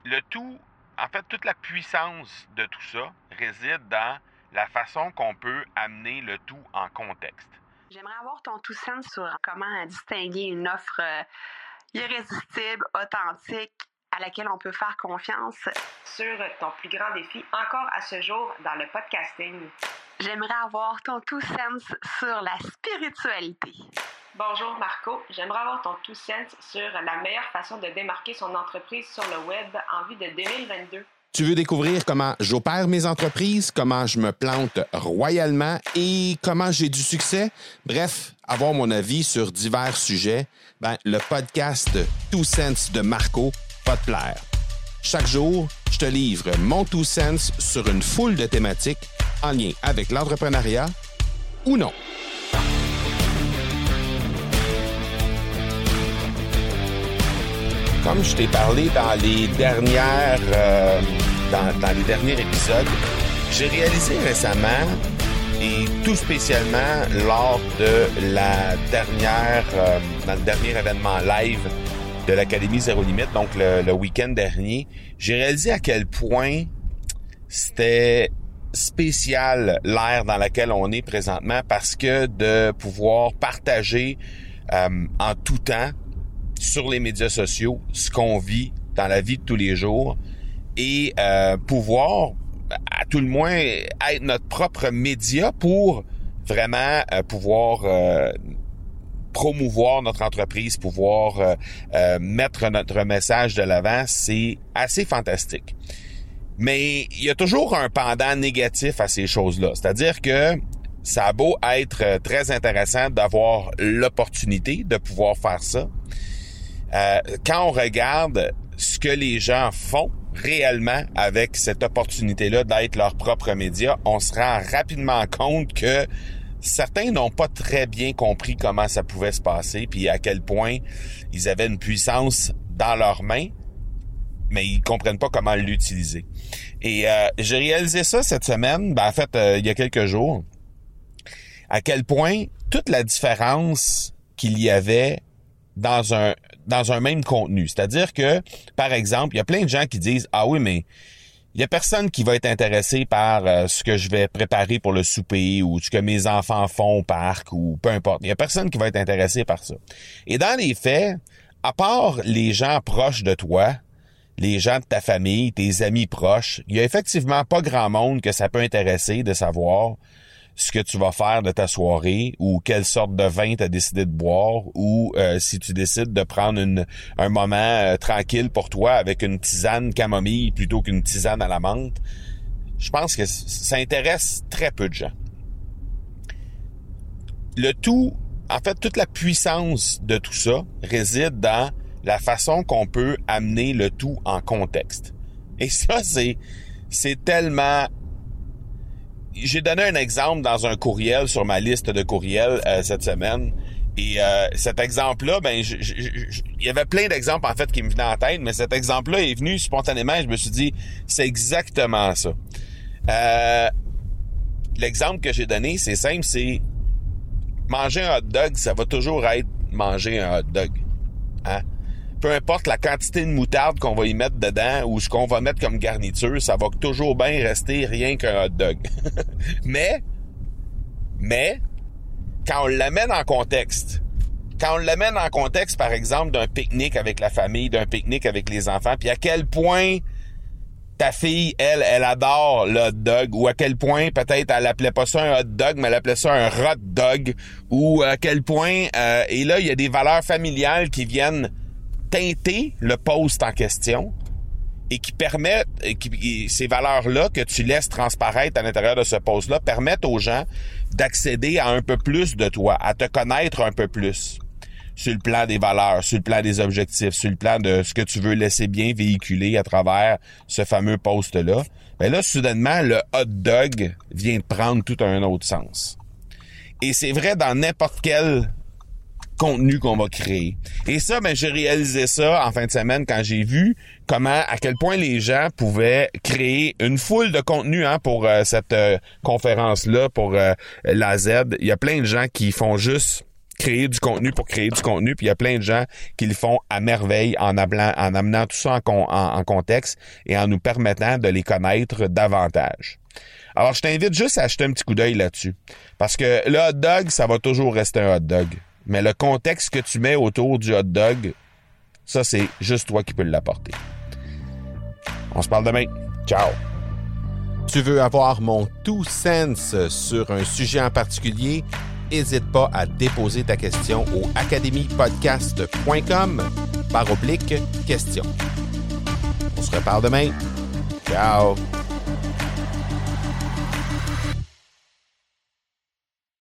Le tout, en fait, toute la puissance de tout ça réside dans la façon qu'on peut amener le tout en contexte. J'aimerais avoir ton tout sens sur comment distinguer une offre irrésistible, authentique, à laquelle on peut faire confiance. Sur ton plus grand défi encore à ce jour dans le podcasting. J'aimerais avoir ton tout sens sur la spiritualité. Bonjour Marco, j'aimerais avoir ton tout sens sur la meilleure façon de démarquer son entreprise sur le web en vue de 2022. Tu veux découvrir comment j'opère mes entreprises, comment je me plante royalement et comment j'ai du succès? Bref, avoir mon avis sur divers sujets, le podcast Two Cents de Marco va te plaire. Chaque jour, je te livre mon Two Cents sur une foule de thématiques en lien avec l'entrepreneuriat ou non. Comme je t'ai parlé dans les derniers épisodes, j'ai réalisé récemment, et tout spécialement lors de dans le dernier événement live de l'Académie Zéro Limite, donc le week-end dernier, j'ai réalisé à quel point c'était spécial l'ère dans laquelle on est présentement, parce que de pouvoir partager en tout temps sur les médias sociaux ce qu'on vit dans la vie de tous les jours et pouvoir, à tout le moins, être notre propre média pour vraiment pouvoir promouvoir notre entreprise, pouvoir mettre notre message de l'avant, c'est assez fantastique. Mais il y a toujours un pendant négatif à ces choses-là. C'est-à-dire que ça a beau être très intéressant d'avoir l'opportunité de pouvoir faire ça. Quand on regarde ce que les gens font réellement avec cette opportunité-là d'être leur propre média, on se rend rapidement compte que certains n'ont pas très bien compris comment ça pouvait se passer, puis à quel point ils avaient une puissance dans leurs mains, mais ils comprennent pas comment l'utiliser. Et j'ai réalisé ça cette semaine, il y a quelques jours, à quel point toute la différence qu'il y avait dans un même contenu. C'est-à-dire que, par exemple, il y a plein de gens qui disent « Ah oui, mais il y a personne qui va être intéressé par ce que je vais préparer pour le souper ou ce que mes enfants font au parc ou peu importe. Il y a personne qui va être intéressé par ça. » Et dans les faits, à part les gens proches de toi, les gens de ta famille, tes amis proches, il y a effectivement pas grand monde que ça peut intéresser de savoir ce que tu vas faire de ta soirée ou quelle sorte de vin tu as décidé de boire ou si tu décides de prendre un moment tranquille pour toi avec une tisane camomille plutôt qu'une tisane à la menthe. Je pense que ça intéresse très peu de gens. Le tout, en fait, toute la puissance de tout ça réside dans la façon qu'on peut amener le tout en contexte. Et ça, c'est tellement... J'ai donné un exemple dans un courriel sur ma liste de courriels cette semaine. Et cet exemple-là, il y avait plein d'exemples en fait qui me venaient en tête, mais cet exemple-là est venu spontanément et je me suis dit, c'est exactement ça. L'exemple que j'ai donné, c'est simple, c'est manger un hot dog, ça va toujours être manger un hot dog. Hein? Peu importe la quantité de moutarde qu'on va y mettre dedans ou ce qu'on va mettre comme garniture, ça va toujours bien rester rien qu'un hot dog. mais, quand on l'amène en contexte, par exemple, d'un pique-nique avec la famille, d'un pique-nique avec les enfants, puis à quel point ta fille, elle adore le hot dog, ou à quel point, peut-être, elle appelait pas ça un hot dog, mais elle appelait ça un hot dog, ou à quel point, et là, il y a des valeurs familiales qui viennent teinter le post en question et qui permettent, ces valeurs-là que tu laisses transparaître à l'intérieur de ce post-là permettent aux gens d'accéder à un peu plus de toi, à te connaître un peu plus sur le plan des valeurs, sur le plan des objectifs, sur le plan de ce que tu veux laisser bien véhiculer à travers ce fameux post-là. Ben là, soudainement, le hot dog vient de prendre tout un autre sens. Et c'est vrai dans n'importe quel contenu qu'on va créer. Et ça, j'ai réalisé ça en fin de semaine quand j'ai vu à quel point les gens pouvaient créer une foule de contenu pour cette conférence-là, pour la Z. Il y a plein de gens qui font juste créer du contenu pour créer du contenu, puis il y a plein de gens qui le font à merveille en amenant tout ça en contexte et en nous permettant de les connaître davantage. Alors, je t'invite juste à acheter un petit coup d'œil là-dessus. Parce que le hot dog, ça va toujours rester un hot dog. Mais le contexte que tu mets autour du hot dog, ça, c'est juste toi qui peux l'apporter. On se parle demain. Ciao! Tu veux avoir mon 2 cents sur un sujet en particulier? N'hésite pas à déposer ta question au academypodcast.com/question. On se reparle demain. Ciao!